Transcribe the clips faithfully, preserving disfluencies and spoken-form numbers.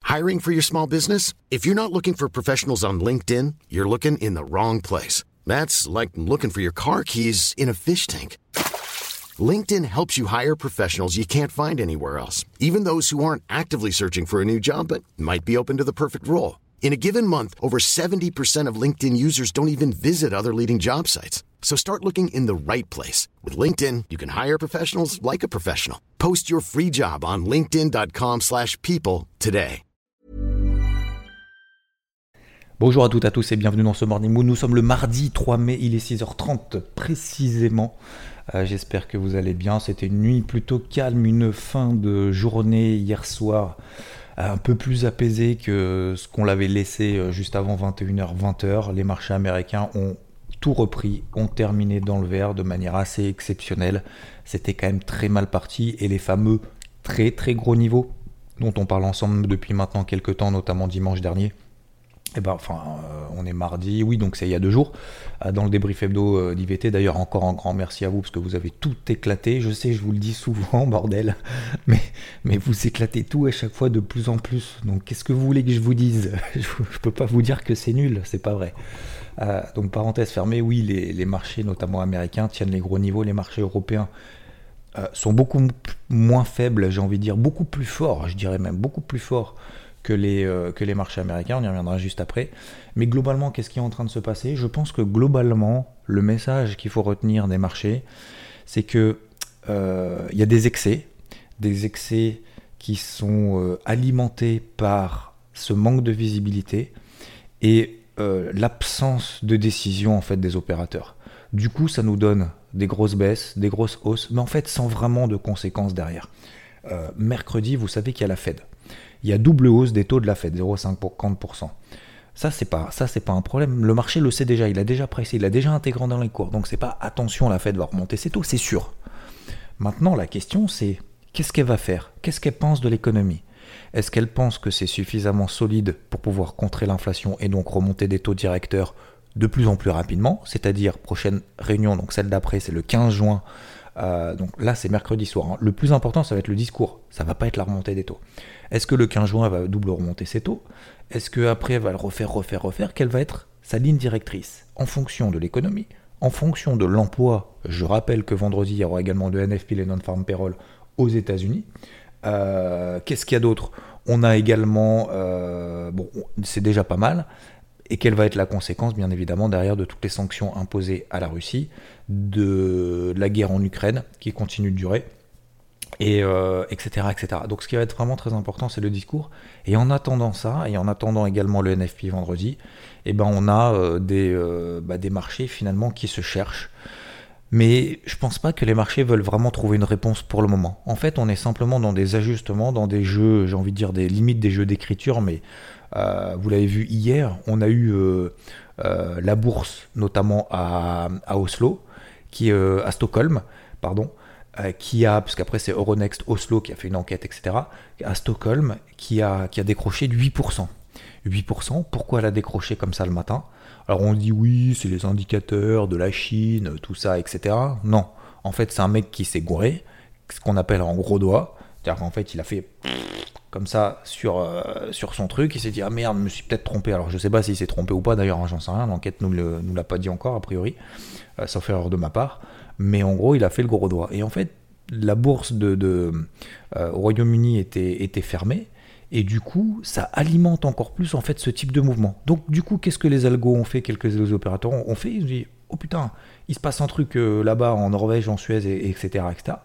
Hiring for your small business? If you're not looking for professionals on LinkedIn, you're looking in the wrong place. That's like looking for your car keys in a fish tank. LinkedIn helps you hire professionals you can't find anywhere else, even those who aren't actively searching for a new job but might be open to the perfect role. In a given month, over seventy percent of LinkedIn users don't even visit other leading job sites. So start looking in the right place. With LinkedIn, you can hire professionals like a professional. Post your free job on linkedin.com slash people today. Bonjour à toutes et à tous et bienvenue dans ce Morning Mood. Nous sommes le mardi trois mai, il est six heures trente précisément. Euh, j'espère que vous allez bien. C'était une nuit plutôt calme, une fin de journée hier soir un peu plus apaisée que ce qu'on l'avait laissé juste avant vingt et une heures vingt. Les marchés américains ont tout repris, ont terminé dans le vert de manière assez exceptionnelle. C'était quand même très mal parti et les fameux très très gros niveaux dont on parle ensemble depuis maintenant quelques temps, notamment dimanche dernier. Eh ben, enfin, euh, on est mardi, oui, donc c'est il y a deux jours, euh, dans le débrief hebdo euh, d'I V T. D'ailleurs, encore un grand merci à vous parce que vous avez tout éclaté. Je sais, je vous le dis souvent, bordel, mais, mais vous éclatez tout à chaque fois de plus en plus. Donc, qu'est-ce que vous voulez que je vous dise ? Je ne peux pas vous dire que c'est nul, c'est pas vrai. Euh, donc, parenthèse fermée, oui, les, les marchés, notamment américains, tiennent les gros niveaux. Les marchés européens euh, sont beaucoup m- moins faibles, j'ai envie de dire, beaucoup plus forts, je dirais même beaucoup plus forts que les, euh, que les marchés américains, on y reviendra juste après. Mais globalement, qu'est-ce qui est en train de se passer ? Je pense que globalement, le message qu'il faut retenir des marchés, c'est que euh, y a des excès, des excès qui sont euh, alimentés par ce manque de visibilité et euh, l'absence de décision en fait des opérateurs. Du coup, ça nous donne des grosses baisses, des grosses hausses, mais en fait sans vraiment de conséquences derrière. Euh, mercredi, vous savez qu'il y a la Fed. Il y a double hausse des taux de la Fed, zéro virgule cinquante pour cent. Ça, c'est pas, ça, c'est pas un problème. Le marché le sait déjà, il a déjà pricé, il a déjà intégré dans les cours. Donc, c'est pas attention, la Fed va remonter ses taux, c'est sûr. Maintenant, la question, c'est qu'est-ce qu'elle va faire ? Qu'est-ce qu'elle pense de l'économie ? Est-ce qu'elle pense que c'est suffisamment solide pour pouvoir contrer l'inflation et donc remonter des taux directeurs de plus en plus rapidement ? C'est-à-dire, prochaine réunion, donc celle d'après, c'est le quinze juin. Euh, donc là, c'est mercredi soir. Hein. Le plus important, ça va être le discours. Ça va pas être la remontée des taux. Est-ce que le quinze juin, elle va double remonter ses taux ? Est-ce qu'après, elle va le refaire, refaire, refaire ? Quelle va être sa ligne directrice ? En fonction de l'économie, en fonction de l'emploi. Je rappelle que vendredi, il y aura également le N F P, les non-farm payroll, aux États-Unis. Euh, qu'est-ce qu'il y a d'autre ? On a également, euh, bon, c'est déjà pas mal. Et quelle va être la conséquence, bien évidemment, derrière de toutes les sanctions imposées à la Russie, de la guerre en Ukraine qui continue de durer, et euh, et cetera, et cetera. Donc ce qui va être vraiment très important, c'est le discours. Et en attendant ça, et en attendant également le N F P vendredi, eh ben on a euh, des, euh, bah, des marchés finalement qui se cherchent. Mais je pense pas que les marchés veulent vraiment trouver une réponse pour le moment. En fait, on est simplement dans des ajustements, dans des jeux, j'ai envie de dire des limites des jeux d'écriture, mais euh, vous l'avez vu hier, on a eu euh, euh, la bourse, notamment à, à Oslo, qui, euh, à Stockholm, pardon, euh, qui a, parce qu'après c'est Euronext Oslo qui a fait une enquête, et cetera, à Stockholm, qui a, qui a décroché de huit pour cent. huit pour cent, pourquoi elle a décroché comme ça le matin ? Alors on dit oui, c'est les indicateurs de la Chine, tout ça, et cetera. Non, en fait c'est un mec qui s'est gouré, ce qu'on appelle un gros doigt, c'est-à-dire qu'en fait il a fait comme ça sur, euh, sur son truc, il s'est dit ah merde, je me suis peut-être trompé. Alors je sais pas s'il s'est trompé ou pas d'ailleurs, hein, j'en sais rien, l'enquête nous, le, nous l'a pas dit encore a priori, euh, sauf erreur de ma part, mais en gros il a fait le gros doigt. Et en fait la bourse de, de, euh, au Royaume-Uni était, était fermée, et du coup, ça alimente encore plus en fait ce type de mouvement. Donc du coup, qu'est-ce que les algos ont fait, quelques opérateurs ont fait ? Ils se disent, oh putain, il se passe un truc euh, là-bas en Norvège, en Suède, et, et etc., et cetera.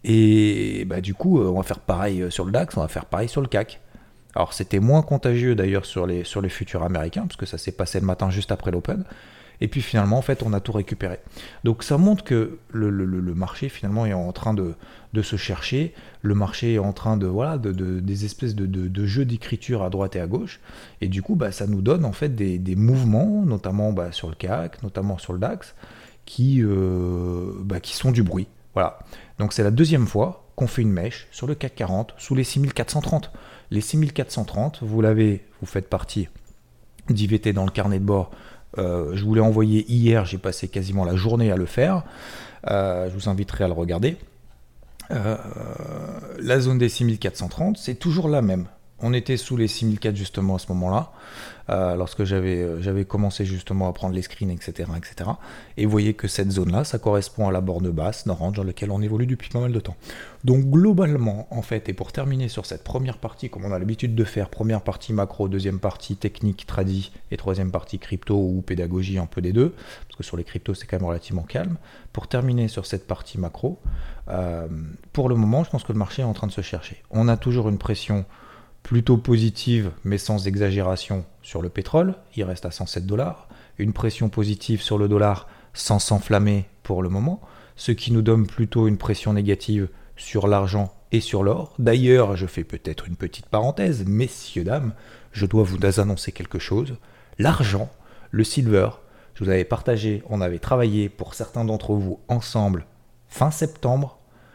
Et bah, du coup, euh, on va faire pareil sur le DAX, on va faire pareil sur le C A C. Alors c'était moins contagieux d'ailleurs sur les, sur les futurs américains, parce que ça s'est passé le matin juste après l'Open. Et puis finalement, en fait, on a tout récupéré. Donc ça montre que le, le, le marché finalement est en train de, de se chercher. Le marché est en train de voilà de, de, des espèces de, de, de jeux d'écriture à droite et à gauche. Et du coup, bah, ça nous donne en fait des, des mouvements, notamment bah, sur le C A C, notamment sur le DAX, qui, euh, bah, qui sont du bruit. Voilà. Donc c'est la deuxième fois qu'on fait une mèche sur le C A C quarante sous les six mille quatre cent trente. Les six mille quatre cent trente, vous l'avez, vous faites partie d'I V T dans le carnet de bord. Euh, je vous l'ai envoyé hier, j'ai passé quasiment la journée à le faire. Euh, je vous inviterai à le regarder. Euh, la zone des six mille quatre cent trente, c'est toujours la même. On était sous les six mille quatre justement à ce moment-là, euh, lorsque j'avais, euh, j'avais commencé justement à prendre les screens, et cetera, et cetera. Et vous voyez que cette zone-là, ça correspond à la borne basse d'Orange dans laquelle on évolue depuis pas mal de temps. Donc globalement, en fait, et pour terminer sur cette première partie, comme on a l'habitude de faire, première partie macro, deuxième partie technique, tradi, et troisième partie crypto ou pédagogie, un peu des deux, parce que sur les cryptos, c'est quand même relativement calme. Pour terminer sur cette partie macro, euh, pour le moment, je pense que le marché est en train de se chercher. On a toujours une pression plutôt positive, mais sans exagération, sur le pétrole. Il reste à cent sept dollars. Une pression positive sur le dollar sans s'enflammer pour le moment. Ce qui nous donne plutôt une pression négative sur l'argent et sur l'or. D'ailleurs, je fais peut-être une petite parenthèse, messieurs, dames, je dois vous annoncer quelque chose. L'argent, le silver, je vous avais partagé, on avait travaillé pour certains d'entre vous ensemble fin septembre,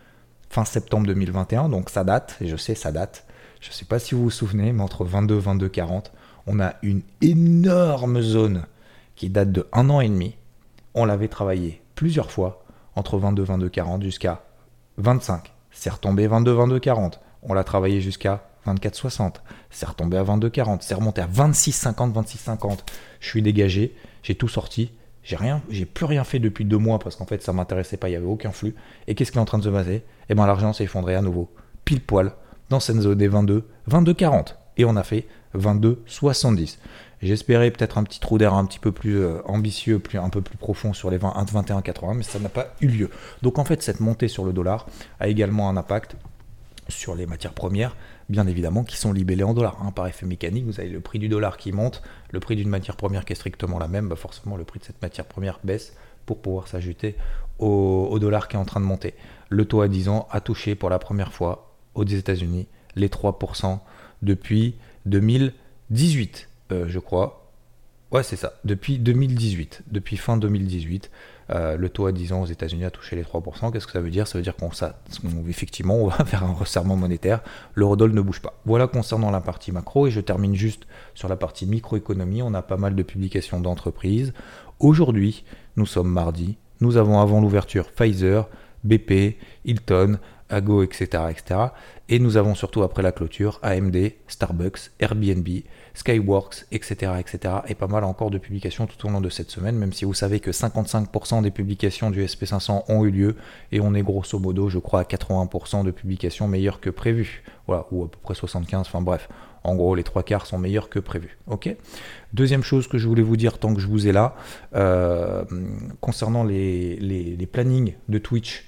fin septembre deux mille vingt et un, donc ça date, et je sais ça date. Je ne sais pas si vous vous souvenez, mais entre vingt-deux et vingt-deux quarante, on a une énorme zone qui date de un an et demi. On l'avait travaillé plusieurs fois, entre vingt-deux et vingt-deux quarante jusqu'à vingt-cinq. C'est retombé vingt-deux vingt-deux quarante. On l'a travaillé jusqu'à vingt-quatre soixante. C'est retombé à vingt-deux quarante. C'est remonté à vingt-six cinquante, vingt-six cinquante. Je suis dégagé, j'ai tout sorti. J'ai rien, j'ai plus rien fait depuis deux mois parce qu'en fait ça ne m'intéressait pas, il n'y avait aucun flux. Et qu'est-ce qui est en train de se passer ? Eh bien l'argent s'est effondré à nouveau, pile poil, dans cette zone des vingt-deux, vingt-deux quarante. Et on a fait vingt-deux soixante-dix. J'espérais peut-être un petit trou d'air un petit peu plus euh, ambitieux, plus, un peu plus profond sur les vingt, vingt et un quatre-vingts, mais ça n'a pas eu lieu. Donc en fait, cette montée sur le dollar a également un impact sur les matières premières, bien évidemment, qui sont libellées en dollars. Hein. Par effet mécanique, vous avez le prix du dollar qui monte, le prix d'une matière première qui est strictement la même, bah forcément le prix de cette matière première baisse pour pouvoir s'ajouter au, au dollar qui est en train de monter. Le taux à dix ans a touché pour la première fois aux États-Unis les trois pour cent depuis deux mille dix-huit, euh, je crois. Ouais, c'est ça, depuis deux mille dix-huit, depuis fin deux mille dix-huit, euh, le taux à dix ans aux États-Unis a touché les trois pour cent. Qu'est-ce que ça veut dire ? Ça veut dire qu'on, ça, qu'on effectivement, on va faire un resserrement monétaire, l'eurodoll ne bouge pas. Voilà concernant la partie macro, et je termine juste sur la partie microéconomie. On a pas mal de publications d'entreprises. Aujourd'hui, nous sommes mardi, nous avons avant l'ouverture Pfizer, B P, Hilton, Ago, et cetera, et cetera. Et nous avons surtout après la clôture A M D, Starbucks, Airbnb, Skyworks, et cetera, et cetera. Et pas mal encore de publications tout au long de cette semaine, même si vous savez que cinquante-cinq pour cent des publications du S and P cinq cents ont eu lieu, et on est grosso modo, je crois, à quatre-vingts pour cent de publications meilleures que prévues. Voilà, ou à peu près soixante-quinze, enfin bref. En gros, les trois quarts sont meilleurs que prévu. Ok. Deuxième chose que je voulais vous dire tant que je vous ai là, euh, concernant les, les, les plannings de Twitch,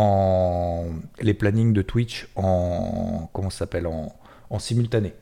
en les plannings de Twitch en comment ça s'appelle en, en simultané.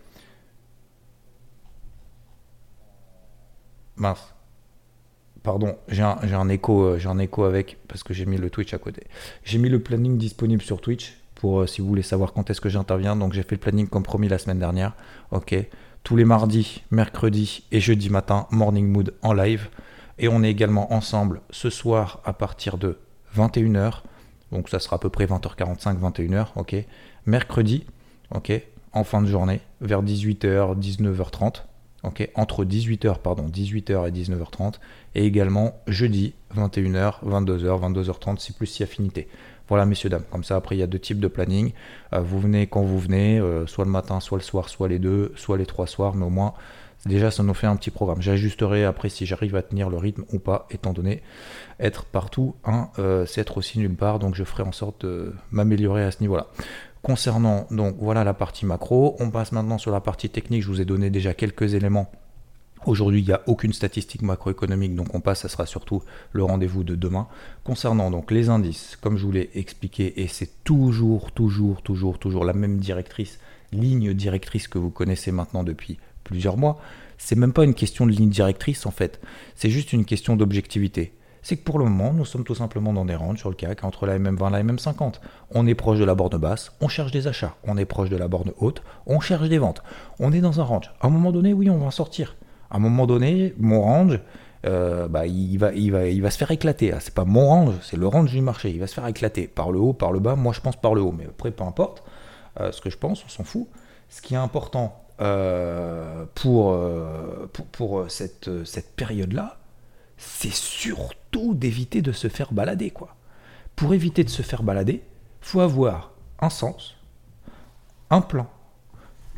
Mince. Pardon, j'ai un, j'ai un écho, j'ai un écho avec parce que j'ai mis le Twitch à côté. J'ai mis le planning disponible sur Twitch pour euh, si vous voulez savoir quand est-ce que j'interviens. Donc j'ai fait le planning comme promis la semaine dernière. Ok. Tous les mardis, mercredis et jeudi matin, Morning Mood en live. Et on est également ensemble ce soir à partir de vingt et une heures. Donc ça sera à peu près vingt heures quarante-cinq, vingt et une heures, ok. Mercredi, ok, en fin de journée, vers dix-huit heures, dix-neuf heures trente, ok, entre dix-huit heures, pardon, dix-huit heures et dix-neuf heures trente, et également jeudi, vingt et une heures, vingt-deux heures, vingt-deux heures trente, si plus si affinité. Voilà, messieurs, dames, comme ça, après, il y a deux types de planning. Euh, vous venez quand vous venez, euh, soit le matin, soit le soir, soit les deux, soit les trois soirs, mais au moins, déjà, ça nous fait un petit programme. J'ajusterai après si j'arrive à tenir le rythme ou pas, étant donné être partout, hein, euh, c'est être aussi nulle part, donc je ferai en sorte de m'améliorer à ce niveau-là. Concernant, donc voilà la partie macro, on passe maintenant sur la partie technique. Je vous ai donné déjà quelques éléments. Aujourd'hui, il n'y a aucune statistique macroéconomique, donc on passe, ça sera surtout le rendez-vous de demain. Concernant donc les indices, comme je vous l'ai expliqué, et c'est toujours, toujours, toujours, toujours la même directrice, ligne directrice que vous connaissez maintenant depuis plusieurs mois, c'est même pas une question de ligne directrice en fait, c'est juste une question d'objectivité. C'est que pour le moment, nous sommes tout simplement dans des ranges sur le C A C entre la M M vingt et la M M cinquante. On est proche de la borne basse, on cherche des achats. On est proche de la borne haute, on cherche des ventes. On est dans un range. À un moment donné, oui, on va en sortir. À un moment donné, mon range, euh, bah, il, va, il, va, il va se faire éclater. C'est pas mon range, c'est le range du marché. Il va se faire éclater par le haut, par le bas. Moi, je pense par le haut. Mais après, peu importe euh, ce que je pense, on s'en fout. Ce qui est important euh, pour, euh, pour, pour cette, cette période-là, c'est surtout d'éviter de se faire balader, quoi. Pour éviter de se faire balader, il faut avoir un sens, un plan,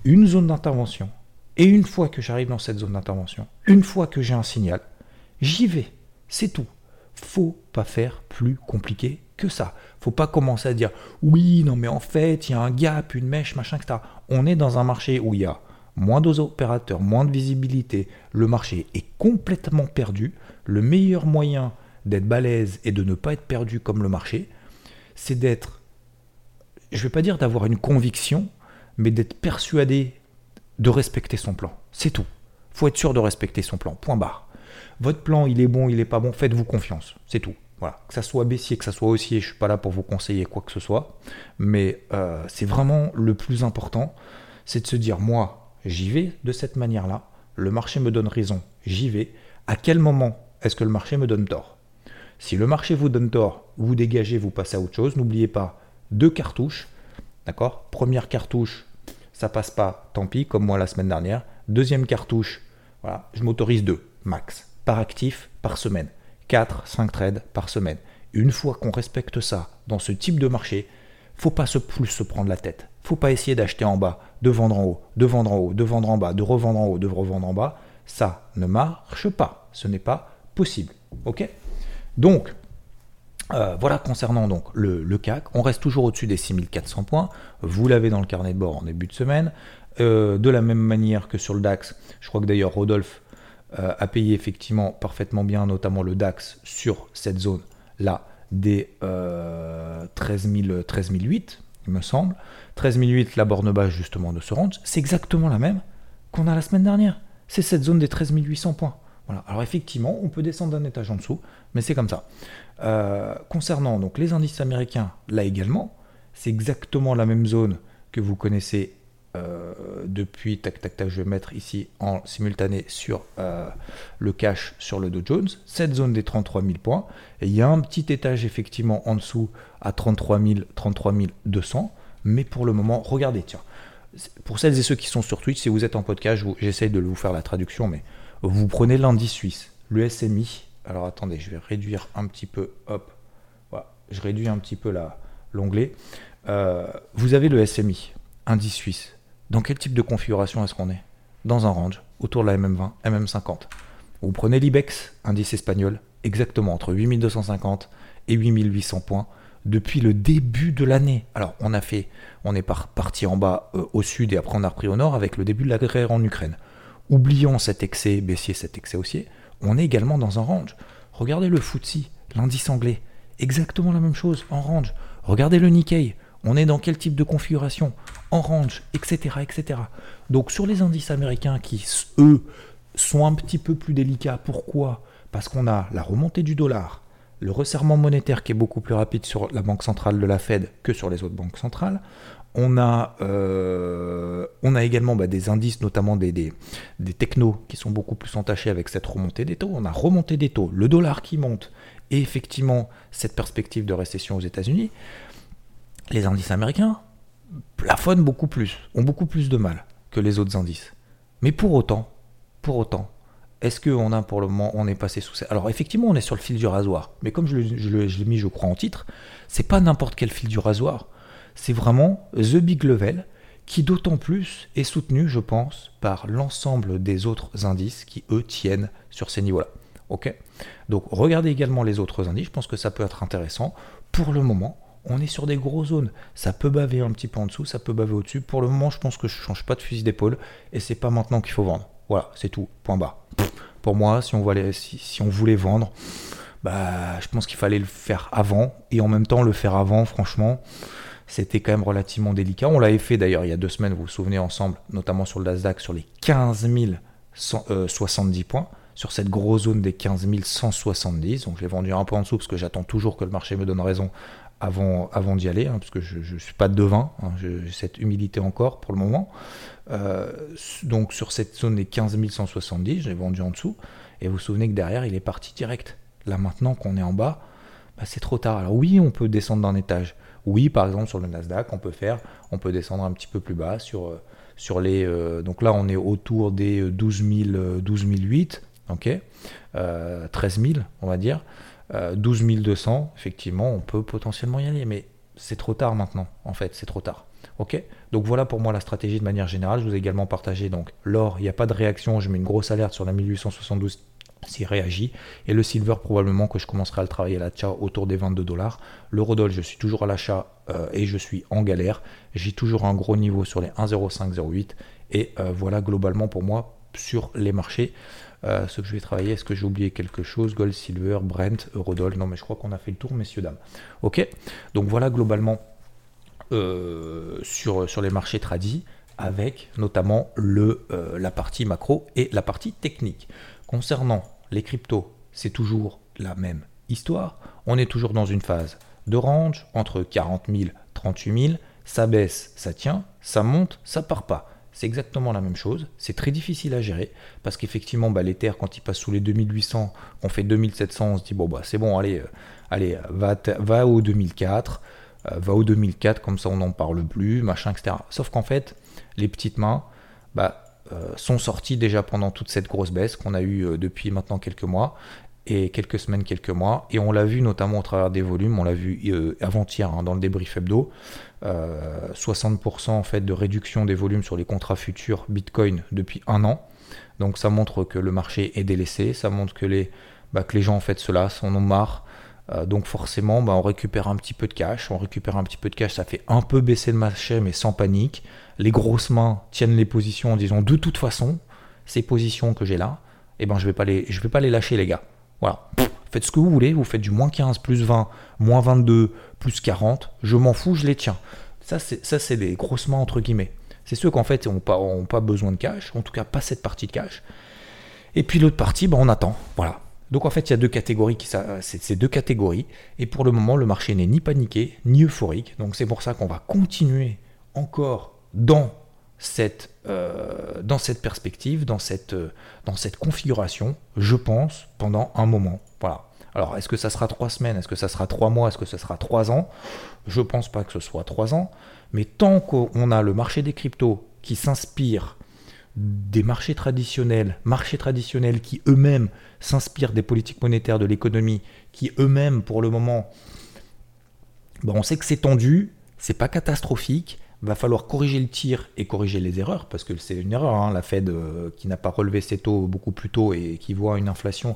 une zone d'intervention. Et une fois que j'arrive dans cette zone d'intervention, une fois que j'ai un signal, j'y vais. C'est tout. Faut pas faire plus compliqué que ça. Faut pas commencer à dire oui, non mais en fait, il y a un gap, une mèche, machin, et cetera. On est dans un marché où il y a moins d'opérateurs, moins de visibilité. Le marché est complètement perdu. Le meilleur moyen d'être balèze et de ne pas être perdu comme le marché, c'est d'être, je ne vais pas dire d'avoir une conviction, mais d'être persuadé de respecter son plan. C'est tout. Il faut être sûr de respecter son plan. Point barre. Votre plan, il est bon, il n'est pas bon, faites-vous confiance. C'est tout. Voilà. Que ça soit baissier, que ça soit haussier, je ne suis pas là pour vous conseiller quoi que ce soit. Mais euh, c'est vraiment le plus important, c'est de se dire, moi, j'y vais de cette manière-là. Le marché me donne raison, j'y vais. À quel moment est-ce que le marché me donne tort ? Si le marché vous donne tort, vous dégagez, vous passez à autre chose. N'oubliez pas, deux cartouches. D'accord ? Première cartouche, ça passe pas, tant pis, comme moi la semaine dernière. Deuxième cartouche, voilà, je m'autorise deux, max, par actif, par semaine. quatre, cinq trades par semaine. Une fois qu'on respecte ça dans ce type de marché, faut pas se plus se prendre la tête. Faut pas essayer d'acheter en bas, de vendre en haut, de vendre en haut, de vendre en bas, de revendre en haut, de revendre en bas. Ça ne marche pas. Ce n'est pas possible. Ok ? Donc, Euh, voilà concernant donc le, le C A C, on reste toujours au-dessus des six mille quatre cents points, vous l'avez dans le carnet de bord en début de semaine, euh, de la même manière que sur le DAX, je crois que d'ailleurs Rodolphe euh, a payé effectivement parfaitement bien, notamment le DAX sur cette zone-là des euh, treize mille huit, il me semble, treize mille huit, la borne basse justement de ce range, c'est exactement la même qu'on a la semaine dernière, c'est cette zone des treize mille huit cents points. Voilà. Alors effectivement, on peut descendre d'un étage en dessous, mais c'est comme ça. Euh, concernant donc les indices américains, là également, c'est exactement la même zone que vous connaissez euh, depuis, tac tac tac, je vais mettre ici en simultané sur euh, le cash sur le Dow Jones, cette zone des trente-trois mille points, et il y a un petit étage effectivement en dessous à trente-trois mille, trente-trois mille deux cents, mais pour le moment, regardez, tiens, pour celles et ceux qui sont sur Twitch, si vous êtes en podcast, j'essaye de vous faire la traduction, mais vous prenez l'indice suisse, le S M I. Alors attendez, je vais réduire un petit peu. Hop, voilà, je réduis un petit peu la, l'onglet. Euh, vous avez le S M I, indice suisse. Dans quel type de configuration est-ce qu'on est ? Dans un range, autour de la M M vingt, M M cinquante. Vous prenez l'I B E X, indice espagnol, exactement entre huit mille deux cent cinquante et huit mille huit cents points depuis le début de l'année. Alors on a fait, on est par, parti en bas euh, au sud et après on a repris au nord avec le début de la guerre en Ukraine. Oublions cet excès baissier, cet excès haussier, on est également dans un range. Regardez le F T S E, l'indice anglais, exactement la même chose, en range. Regardez le Nikkei, on est dans quel type de configuration, en range, et cetera, et cetera. Donc sur les indices américains qui, eux, sont un petit peu plus délicats, pourquoi ? Parce qu'on a la remontée du dollar, le resserrement monétaire qui est beaucoup plus rapide sur la banque centrale de la Fed que sur les autres banques centrales. On a, euh, on a également bah, des indices, notamment des, des, des technos qui sont beaucoup plus entachés avec cette remontée des taux. On a remontée des taux, le dollar qui monte et effectivement cette perspective de récession aux États-Unis. Les indices américains plafonnent beaucoup plus, ont beaucoup plus de mal que les autres indices. Mais pour autant, pour autant, est-ce qu'on a pour le moment, on est passé sous ça ? Alors effectivement, on est sur le fil du rasoir, mais comme je, le, je, le, je l'ai mis, je crois, en titre, c'est pas n'importe quel fil du rasoir. C'est vraiment the big level qui d'autant plus est soutenu, je pense, par l'ensemble des autres indices qui, eux, tiennent sur ces niveaux-là. Ok ? Donc, regardez également les autres indices, je pense que ça peut être intéressant. Pour le moment, on est sur des grosses zones. Ça peut baver un petit peu en dessous, ça peut baver au-dessus. Pour le moment, je pense que je ne change pas de fusil d'épaule et c'est pas maintenant qu'il faut vendre. Voilà, c'est tout, point barre. Pour moi, si on voulait, si, si on voulait vendre, bah, je pense qu'il fallait le faire avant et en même temps, le faire avant, franchement... C'était quand même relativement délicat. On l'avait fait d'ailleurs il y a deux semaines, vous vous souvenez ensemble, notamment sur le Nasdaq, sur les quinze mille soixante-dix points, sur cette grosse zone des quinze mille cent soixante-dix. Donc je l'ai vendu un peu en dessous parce que j'attends toujours que le marché me donne raison avant, avant d'y aller, hein, parce que je ne suis pas devin, hein, j'ai cette humilité encore pour le moment. Euh, donc sur cette zone des quinze mille cent soixante-dix, je l'ai vendu en dessous. Et vous vous souvenez que derrière, il est parti direct. Là maintenant qu'on est en bas, bah, c'est trop tard. Alors oui, on peut descendre d'un étage. Oui, par exemple, sur le Nasdaq, on peut faire, on peut descendre un petit peu plus bas sur, sur les... Euh, donc là, on est autour des douze mille, douze mille huit, ok, euh, treize mille, on va dire, euh, douze mille deux cents, effectivement, on peut potentiellement y aller, mais c'est trop tard maintenant, en fait, c'est trop tard. Ok, donc voilà pour moi la stratégie de manière générale. Je vous ai également partagé donc l'or, il n'y a pas de réaction, je mets une grosse alerte sur la mille huit cent soixante-douze s'il réagit, et le silver probablement que je commencerai à le travailler à l'achat autour des vingt-deux dollars. L'eurodoll, je suis toujours à l'achat euh, et je suis en galère. J'ai toujours un gros niveau sur les un virgule zéro cinq zéro huit et euh, voilà globalement pour moi sur les marchés. Euh, ce que je vais travailler, est-ce que j'ai oublié quelque chose? Gold, silver, Brent, eurodoll, non mais je crois qu'on a fait le tour messieurs dames. Ok, donc voilà globalement euh, sur, sur les marchés tradis avec notamment le, euh, la partie macro et la partie technique. Concernant les cryptos, c'est toujours la même histoire. On est toujours dans une phase de range entre quarante mille, trente-huit mille. Ça baisse, ça tient, ça monte, ça part pas. C'est exactement la même chose. C'est très difficile à gérer parce qu'effectivement, bah, l'Ether, quand il passe sous les deux mille huit cents, on fait deux mille sept cents, on se dit bon, bah, c'est bon, allez, euh, allez va, va au deux mille quatre, euh, va au deux mille quatre, comme ça on n'en parle plus, machin, et cetera. Sauf qu'en fait, les petites mains, bah, Euh, sont sortis déjà pendant toute cette grosse baisse qu'on a eue euh, depuis maintenant quelques mois et quelques semaines, quelques mois, et on l'a vu notamment au travers des volumes, on l'a vu euh, avant-hier hein, dans le débrief hebdo, euh, soixante pour cent en fait de réduction des volumes sur les contrats futurs Bitcoin depuis un an, donc ça montre que le marché est délaissé, ça montre que les, bah, que les gens en fait se lassent, en ont marre. Euh, donc forcément, bah, on récupère un petit peu de cash, on récupère un petit peu de cash, ça fait un peu baisser le marché, mais sans panique. Les grosses mains tiennent les positions en disant de toute façon, ces positions que j'ai là, eh ben, je ne vais pas les, je vais pas les lâcher les gars. Voilà, faites ce que vous voulez, vous faites du moins quinze, plus vingt, moins vingt-deux, plus quarante, je m'en fous, je les tiens. Ça c'est, ça, c'est des grosses mains entre guillemets. C'est ceux qu'en fait n'ont pas, ont pas besoin de cash, en tout cas pas cette partie de cash. Et puis l'autre partie, bah, on attend, voilà. Donc en fait, il y a deux catégories, qui, c'est ces deux catégories, et pour le moment, le marché n'est ni paniqué, ni euphorique. Donc c'est pour ça qu'on va continuer encore dans cette, euh, dans cette perspective, dans cette, euh, dans cette configuration, je pense, pendant un moment. Voilà. Alors, est-ce que ça sera trois semaines? Est-ce que ça sera trois mois? Est-ce que ça sera trois ans? Je ne pense pas que ce soit trois ans, mais tant qu'on a le marché des cryptos qui s'inspire des marchés traditionnels, marchés traditionnels qui eux-mêmes s'inspirent des politiques monétaires de l'économie, qui eux-mêmes pour le moment, bon, on sait que c'est tendu, c'est pas catastrophique, va falloir corriger le tir et corriger les erreurs, parce que c'est une erreur, hein, la Fed euh, qui n'a pas relevé ses taux beaucoup plus tôt et qui voit une inflation.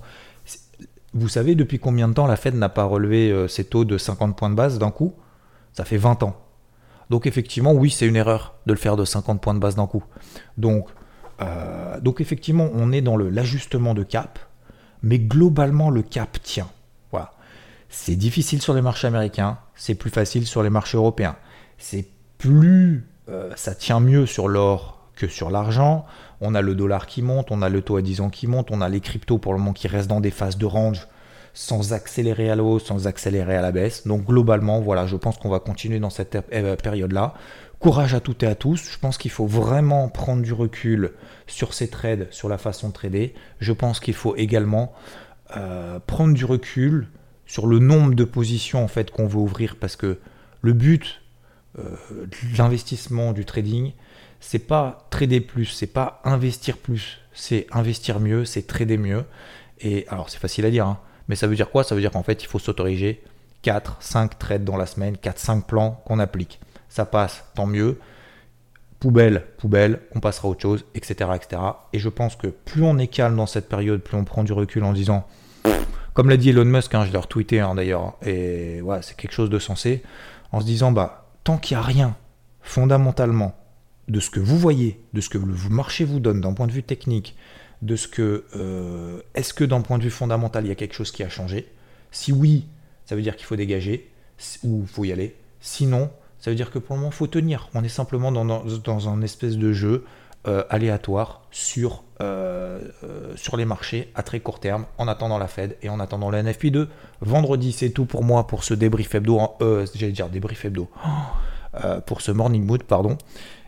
Vous savez depuis combien de temps la Fed n'a pas relevé euh, ses taux de cinquante points de base d'un coup? Ça fait vingt ans. Donc effectivement, oui, c'est une erreur de le faire de cinquante points de base d'un coup. Donc Euh, donc effectivement, on est dans le, l'ajustement de cap, mais globalement, le cap tient. Voilà. C'est difficile sur les marchés américains, c'est plus facile sur les marchés européens. C'est plus, euh, ça tient mieux sur l'or que sur l'argent. On a le dollar qui monte, on a le taux à dix ans qui monte, on a les cryptos pour le moment qui restent dans des phases de range sans accélérer à la hausse, sans accélérer à la baisse. Donc globalement, voilà, je pense qu'on va continuer dans cette euh, période-là. Courage à toutes et à tous. Je pense qu'il faut vraiment prendre du recul sur ces trades, sur la façon de trader. Je pense qu'il faut également euh, prendre du recul sur le nombre de positions en fait qu'on veut ouvrir, parce que le but euh, de l'investissement, du trading, c'est pas trader plus, c'est pas investir plus, c'est investir mieux, c'est trader mieux. Et alors c'est facile à dire, hein, mais ça veut dire quoi? Ça veut dire qu'en fait il faut s'autoriser quatre, cinq trades dans la semaine, quatre, cinq plans qu'on applique. Ça passe, tant mieux. Poubelle, poubelle, on passera à autre chose, et cetera, et cetera. Et je pense que plus on est calme dans cette période, plus on prend du recul en disant, comme l'a dit Elon Musk, hein, je l'ai retweeté hein, d'ailleurs, et ouais, c'est quelque chose de sensé, en se disant, bah, tant qu'il n'y a rien fondamentalement de ce que vous voyez, de ce que le marché vous donne d'un point de vue technique, de ce que, euh, est-ce que d'un point de vue fondamental, il y a quelque chose qui a changé? Si oui, ça veut dire qu'il faut dégager, ou il faut y aller. Sinon, ça veut dire que pour le moment, il faut tenir. On est simplement dans, dans, dans un espèce de jeu euh, aléatoire sur, euh, euh, sur les marchés à très court terme, en attendant la Fed et en attendant le N F P deux. Vendredi, c'est tout pour moi pour ce débrief hebdo. Euh, j'allais dire débrief hebdo. Euh, pour ce morning mood, pardon.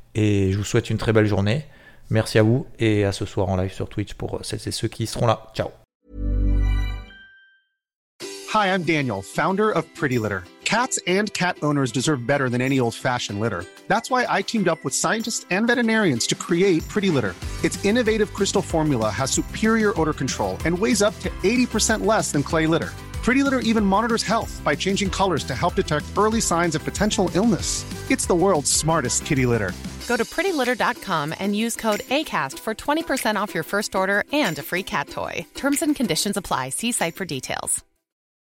Et je vous souhaite une très belle journée. Merci à vous et à ce soir en live sur Twitch pour celles et ceux qui seront là. Ciao. Hi, I'm Daniel, founder of Pretty Litter. Cats and cat owners deserve better than any old-fashioned litter. That's why I teamed up with scientists and veterinarians to create Pretty Litter. Its innovative crystal formula has superior odor control and weighs up to eighty percent less than clay litter. Pretty Litter even monitors health by changing colors to help detect early signs of potential illness. It's the world's smartest kitty litter. Go to pretty litter dot com and use code ACAST for twenty percent off your first order and a free cat toy. Terms and conditions apply. See site for details.